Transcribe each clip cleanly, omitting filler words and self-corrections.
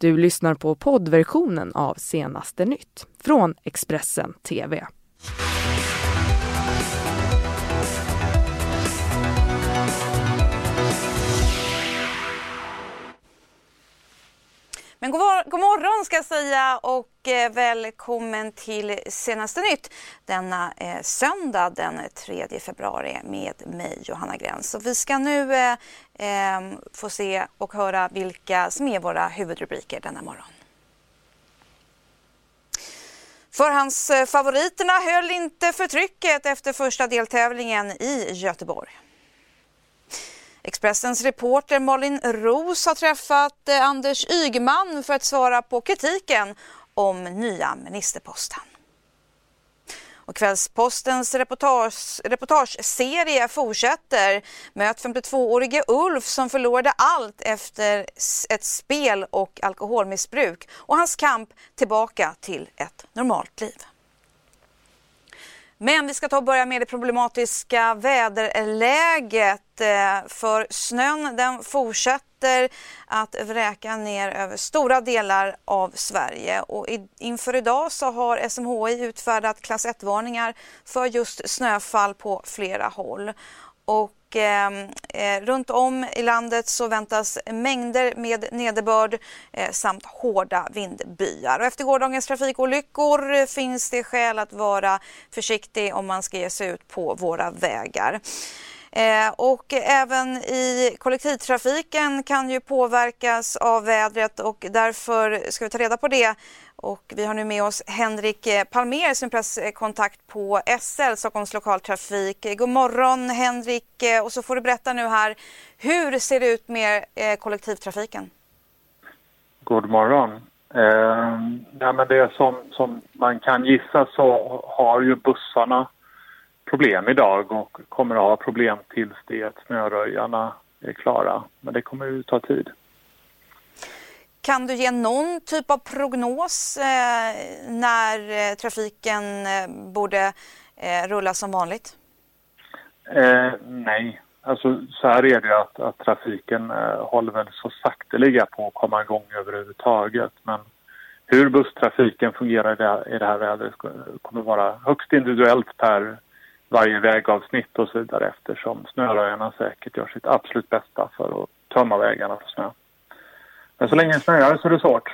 Du lyssnar på poddversionen av Senaste nytt från Expressen TV. Men god morgon ska jag säga och välkommen till Senaste nytt denna söndag den 3 februari med mig Johanna Gräns. Och vi ska nu få se och höra vilka som är våra huvudrubriker denna morgon. Förhandsfavoriterna höll inte för trycket efter första deltävlingen i Göteborg. Expressens reporter Malin Roos har träffat Anders Ygeman för att svara på kritiken om nya ministerposten. Och Kvällspostens reportageserie fortsätter. Möt 52-årige Ulf som förlorade allt efter ett spel- och alkoholmissbruk och hans kamp tillbaka till ett normalt liv. Men vi ska ta och börja med det problematiska väderläget, för snön den fortsätter att vräka ner över stora delar av Sverige och inför idag så har SMHI utfärdat klass 1-varningar för just snöfall på flera håll. Och runt om i landet så väntas mängder med nederbörd samt hårda vindbyar. Och efter gårdagens trafikolyckor finns det skäl att vara försiktig om man ska ge sig ut på våra vägar. Och även i kollektivtrafiken kan ju påverkas av vädret och därför ska vi ta reda på det. Och vi har nu med oss Henrik Palmér som presskontakt på SL, Stockholms lokaltrafik. God morgon Henrik, och så får du berätta nu här, hur ser det ut med kollektivtrafiken? God morgon. Men det som man kan gissa så har ju bussarna problem idag och kommer att ha problem tills det att snöröjarna är klara. Men det kommer ju ta tid. Kan du ge någon typ av prognos när trafiken borde rulla som vanligt? Nej, alltså så här är det att trafiken håller väl så sakteliga på att komma igång överhuvudtaget. Men hur busstrafiken fungerar i det här vädret kommer vara högst individuellt per varje vägavsnitt och så vidare, eftersom snöröjarna säkert gör sitt absolut bästa för att tömma vägarna på snö. Men så länge det snöar så är det svårt.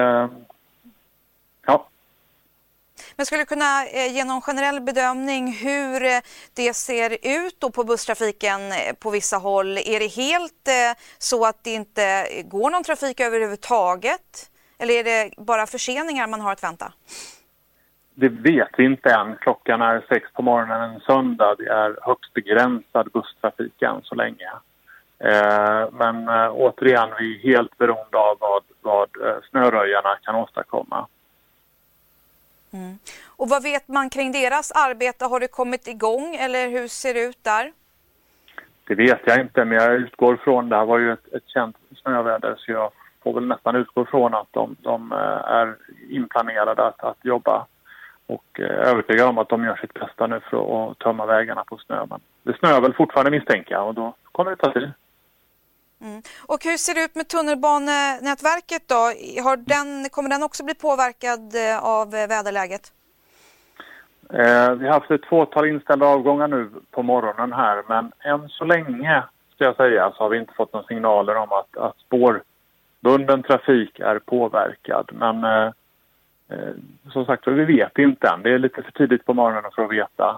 Ja. Men skulle du kunna ge någon generell bedömning hur det ser ut då på busstrafiken på vissa håll? Är det helt så att det inte går någon trafik överhuvudtaget? Eller är det bara förseningar man har att vänta? Det vet vi inte än. Klockan är 6 på morgonen en söndag. Det är högst begränsad busstrafik än så länge. Men återigen, vi är helt beroende av vad snöröjarna kan åstadkomma. Mm. Och vad vet man kring deras arbete? Har det kommit igång eller hur ser det ut där? Det vet jag inte, men jag utgår från, det här var ju ett känt snöväder så jag får väl nästan utgå från att de är inplanerade att jobba. Och övertygad om att de gör sitt bästa nu för att tömma vägarna på snö. Men det snöar väl fortfarande misstänka och då kommer det ta tid. Mm. Och hur ser det ut med tunnelbanenätverket då? Kommer den också bli påverkad av väderläget? Vi har haft ett fåtal inställda avgångar nu på morgonen här. Men än så länge ska jag säga så har vi inte fått några signaler om att spårbunden trafik är påverkad. Men som sagt, vi vet inte än. Det är lite för tidigt på morgonen för att veta.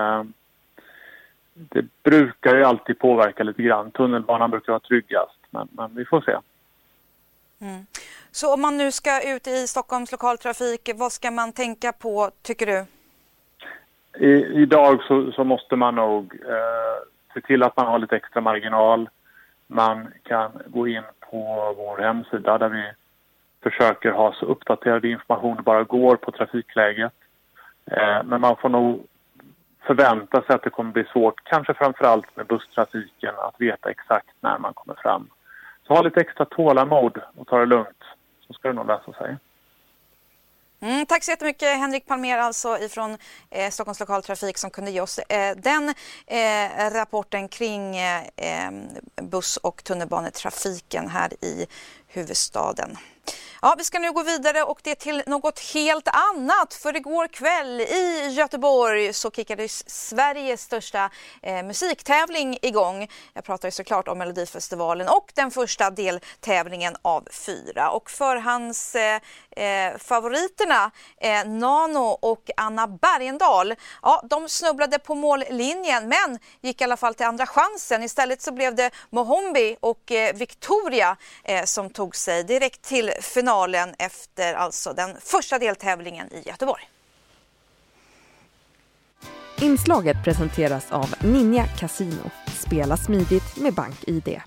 Det brukar ju alltid påverka lite grann. Tunnelbanan brukar vara tryggast, men vi får se. Mm. Så om man nu ska ut i Stockholms lokaltrafik, vad ska man tänka på, tycker du? Idag så måste man nog se till att man har lite extra marginal. Man kan gå in på vår hemsida där vi försöker ha så uppdaterad information det bara går på trafikläget. Men man får nog förvänta sig att det kommer bli svårt, kanske framförallt med busstrafiken, att veta exakt när man kommer fram. Så ha lite extra tålamod och ta det lugnt, så ska det nog lösa sig. Tack så jättemycket Henrik Palmér alltså ifrån Stockholms lokaltrafik som kunde ge oss den rapporten kring buss- och tunnelbanetrafiken här i huvudstaden. Ja, vi ska nu gå vidare och det till något helt annat. För igår kväll i Göteborg så kickades Sveriges största musiktävling igång. Jag pratar ju såklart om Melodifestivalen och den första deltävlingen av 4. Och favoriterna Nano och Anna Bergendahl, ja, de snubblade på mållinjen men gick i alla fall till andra chansen. Istället så blev det Mohombi och Victoria som tog sig direkt till finalen efter alltså den första deltävlingen i Göteborg. Inslaget presenteras av Ninja Casino. Spela smidigt med BankID.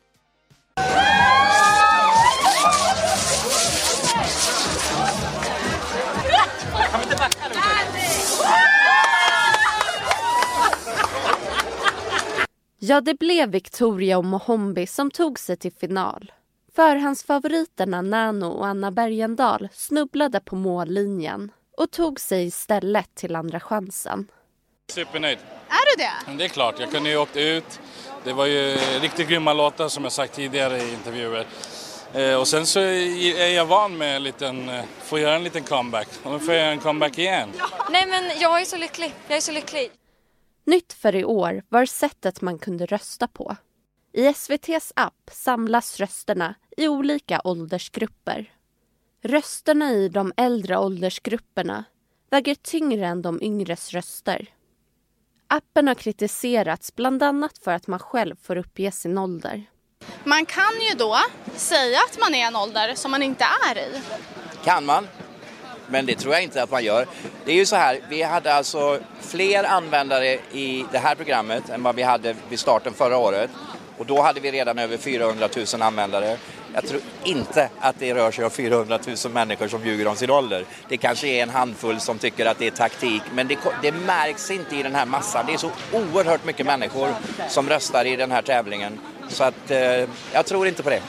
Ja, det blev Victoria och Mohombi som tog sig till final. Förhandsfavoriterna Nano och Anna Bergendahl snubblade på mållinjen och tog sig istället till andra chansen. Supernöjd. Är du det? Det är klart, jag kunde ju åkt ut. Det var ju riktigt grymma låtar som jag sagt tidigare i intervjuer. Och sen så är jag van med få göra en liten comeback. Och nu får jag göra en comeback igen. Nej, men jag är så lycklig. Nytt för i år var sättet man kunde rösta på. I SVT:s app samlas rösterna i olika åldersgrupper. Rösterna i de äldre åldersgrupperna väger tyngre än de yngres röster. Appen har kritiserats bland annat för att man själv får uppge sin ålder. Man kan ju då säga att man är en ålder som man inte är i. Kan man, men det tror jag inte att man gör. Det är ju så här, vi hade alltså fler användare i det här programmet än vad vi hade vid starten förra året. Och då hade vi redan över 400 000 användare. Jag tror inte att det rör sig om 400 000 människor som ljuger om sin ålder. Det kanske är en handfull som tycker att det är taktik. Men det märks inte i den här massan. Det är så oerhört mycket människor som röstar i den här tävlingen. Så att jag tror inte på det.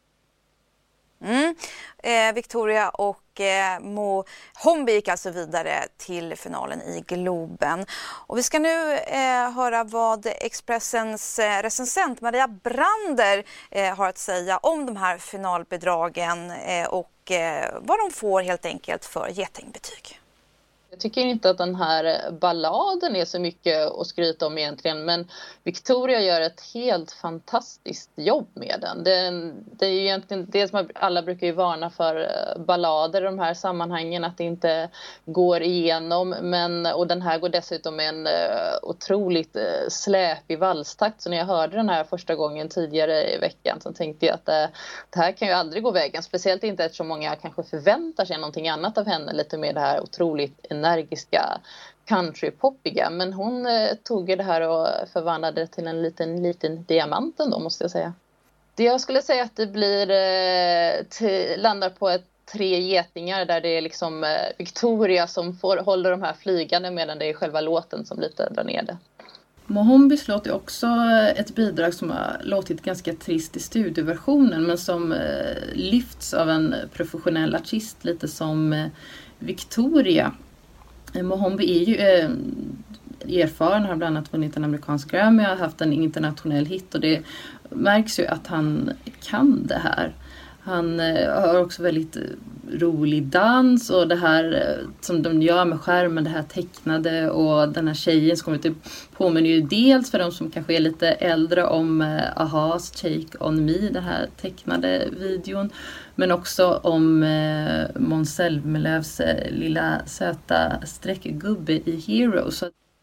Victoria och Mohombi gick alltså vidare till finalen i Globen. Och vi ska nu höra vad Expressens recensent Maria Brander har att säga om de här finalbidragen och vad de får helt enkelt för getingbetyg. Jag tycker inte att den här balladen är så mycket att skryta om egentligen, men Victoria gör ett helt fantastiskt jobb med den. Det är ju egentligen det som alla brukar ju varna för ballader i de här sammanhangen, att det inte går igenom, och den här går dessutom med en otroligt släpig valstakt. Så när jag hörde den här första gången tidigare i veckan så tänkte jag att det här kan ju aldrig gå vägen, speciellt inte eftersom många kanske förväntar sig någonting annat av henne, lite med det här otroligt energiska countrypoppiga, men hon tog det här och förvandlade det till en liten diamant ändå, måste jag säga. Det jag skulle säga att det blir landar på 3 getingar där det är liksom Victoria som håller de här flygande, medan det är själva låten som lite drar ner det. Mohombis låt är också ett bidrag som har låtit ganska trist i studioversionen, men som lyfts av en professionell artist, lite som Victoria. Mohombi är ju erfaren, har bland annat vunnit en amerikansk Grammy och har haft en internationell hit, och det märks ju att han kan det här. Han har också väldigt rolig dans, och det här som de gör med skärmen, det här tecknade, och den här tjejen som kommer till, påminner ju dels för de som kanske är lite äldre om Ahas Take On Me, den här tecknade videon, men också om Måns Zelmerlöws lilla söta streckgubbe i Heroes.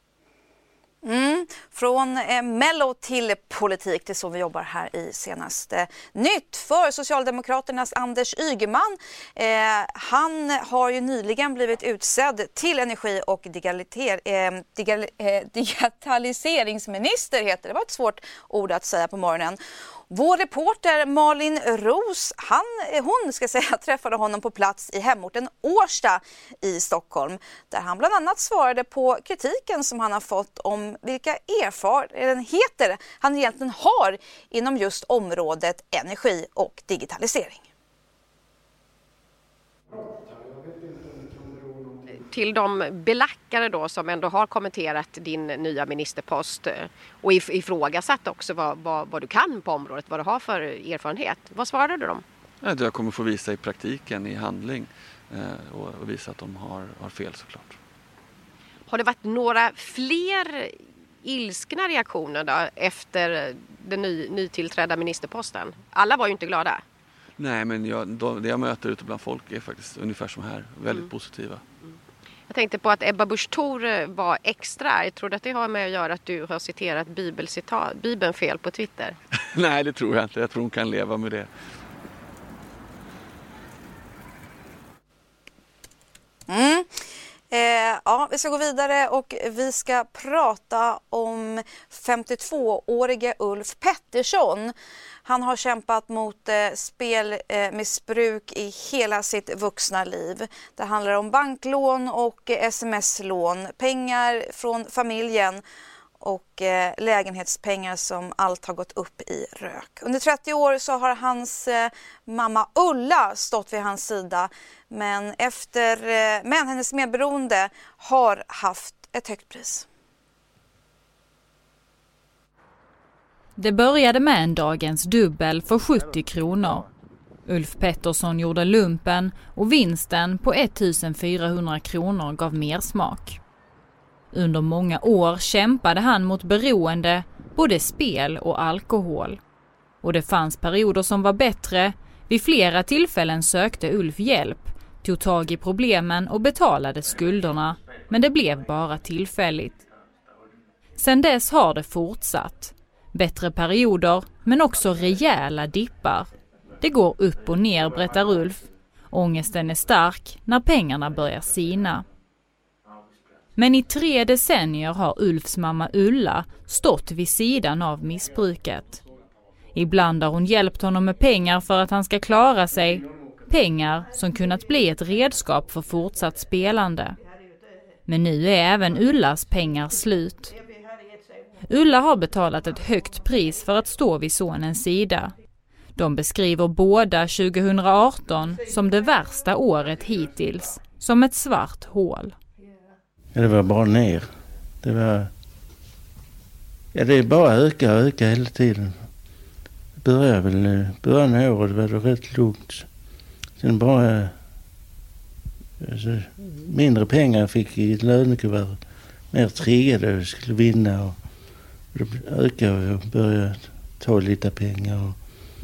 Från Mello till politik, det är så vi jobbar här i Senaste Nytt. För Socialdemokraternas Anders Ygeman, han har ju nyligen blivit utsedd till energi- och digitaliseringsminister, heter det. Var ett svårt ord att säga på morgonen. Vår reporter Malin Ros, hon träffade honom på plats i hemorten Årsta i Stockholm, där han bland annat svarade på kritiken som han har fått om vilka erfarenheter han egentligen har inom just området energi och digitalisering. Till de belackare då som ändå har kommenterat din nya ministerpost och ifrågasatt också vad du kan på området, vad du har för erfarenhet. Vad svarade du dem? Jag kommer få visa i praktiken, i handling och visa att de har fel såklart. Har det varit några fler ilskna reaktioner då efter den nytillträdda ministerposten? Alla var ju inte glada. Nej, men det jag möter ute bland folk är faktiskt ungefär som här. Väldigt positiva. Jag tänkte på att Ebba Busch Thor var extra. Jag tror att det har med att göra att du har citerat Bibeln fel på Twitter. Nej, det tror jag inte. Jag tror hon kan leva med det. Vi ska gå vidare och vi ska prata om 52-årige Ulf Pettersson. Han har kämpat mot spelmissbruk i hela sitt vuxna liv. Det handlar om banklån och sms-lån, pengar från familjen och lägenhetspengar som allt har gått upp i rök. Under 30 år så har hans mamma Ulla stått vid hans sida, men hennes medberoende har haft ett högt pris. Det började med en dagens dubbel för 70 kronor. Ulf Pettersson gjorde lumpen och vinsten på 1400 kronor gav mer smak. Under många år kämpade han mot beroende, både spel och alkohol. Och det fanns perioder som var bättre. Vid flera tillfällen sökte Ulf hjälp, tog tag i problemen och betalade skulderna. Men det blev bara tillfälligt. Sen dess har det fortsatt. Bättre perioder, men också rejäla dippar. Det går upp och ner, berättar Ulf. Ångesten är stark när pengarna börjar sina. Men i 3 decennier har Ulfs mamma Ulla stått vid sidan av missbruket. Ibland har hon hjälpt honom med pengar för att han ska klara sig. Pengar som kunnat bli ett redskap för fortsatt spelande. Men nu är även Ullas pengar slut. Ulla har betalat ett högt pris för att stå vid sonens sida. De beskriver båda 2018 som det värsta året hittills, som ett svart hål. Ja, det var bara ner. Det är bara öka hela tiden. Det började väl början av året, var det rätt lugnt. Sen bara mindre pengar fick i ett lönekuvert. Mer triggade och skulle vinna och det ökade och började ta lite pengar och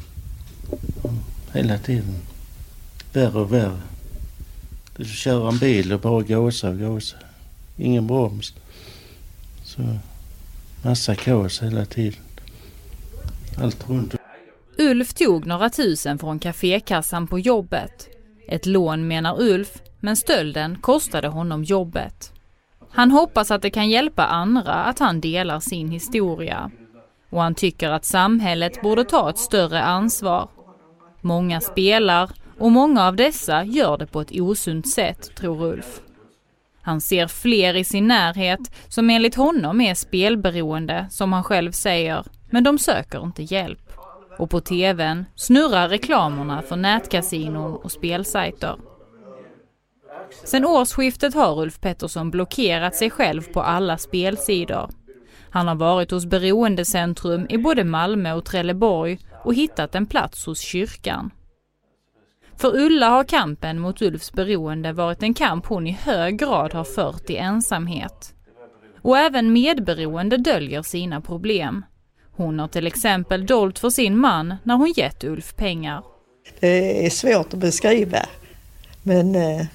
hela tiden värre och värre. Du kör en bil och bara gasa. Ingen broms. Så massa kaos hela tiden. Allt runt. Ulf tog några tusen från kafékassan på jobbet. Ett lån menar Ulf, men stölden kostade honom jobbet. Han hoppas att det kan hjälpa andra att han delar sin historia. Och han tycker att samhället borde ta ett större ansvar. Många spelar och många av dessa gör det på ett osunt sätt, tror Ulf. Han ser fler i sin närhet som enligt honom är spelberoende, som han själv säger, men de söker inte hjälp. Och på tvn snurrar reklamerna för nätkasinon och spelsajter. Sen årsskiftet har Ulf Pettersson blockerat sig själv på alla spelsidor. Han har varit hos beroendecentrum i både Malmö och Trelleborg och hittat en plats hos kyrkan. För Ulla har kampen mot Ulfs beroende varit en kamp hon i hög grad har fört i ensamhet. Och även medberoende döljer sina problem. Hon har till exempel dolt för sin man när hon gett Ulf pengar. Det är svårt att beskriva, men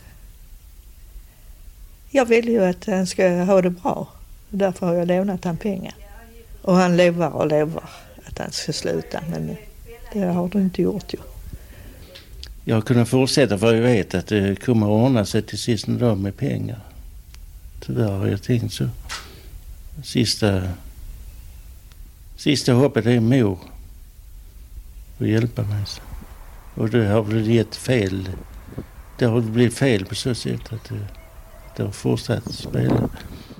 jag vill ju att han ska ha det bra. Därför har jag lånat han pengar. Och han lovar att han ska sluta, men det har du inte gjort ju. Jag kunde fortsätta för jag vet att det kommer att ordna sig till sist en dag med pengar. Tyvärr har jag tänkt så. Sista hoppet är mor. Och hjälpa mig. Och det har väl gett fel. Det har blivit fel på så sätt att det har fortsatt spela.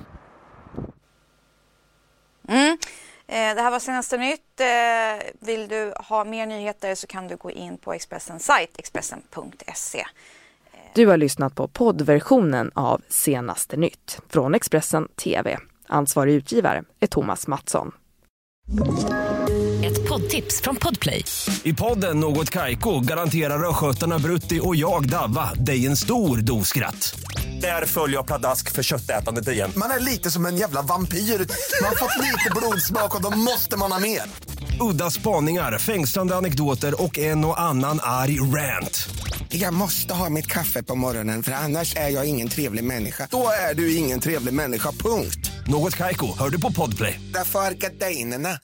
Det här var senaste nytt. Vill du ha mer nyheter så kan du gå in på Expressens sajt, expressen.se. Du har lyssnat på poddversionen av Senaste nytt från Expressen TV. Ansvarig utgivare är Thomas Mattsson. Ett poddtips från Podplay. I podden Något Kaiko garanterar röskötarna Brutti och jag Davva dig en stor doskratt. Där följer jag pladask för köttätandet igen. Man är lite som en jävla vampyr. Man har fått lite blodsmak och då måste man ha mer. Udda spaningar, fängslande anekdoter och en och annan arg rant. Jag måste ha mitt kaffe på morgonen för annars är jag ingen trevlig människa. Då är du ingen trevlig människa, punkt. Något Kaiko, hör du på Podplay. Därför är gardinerna.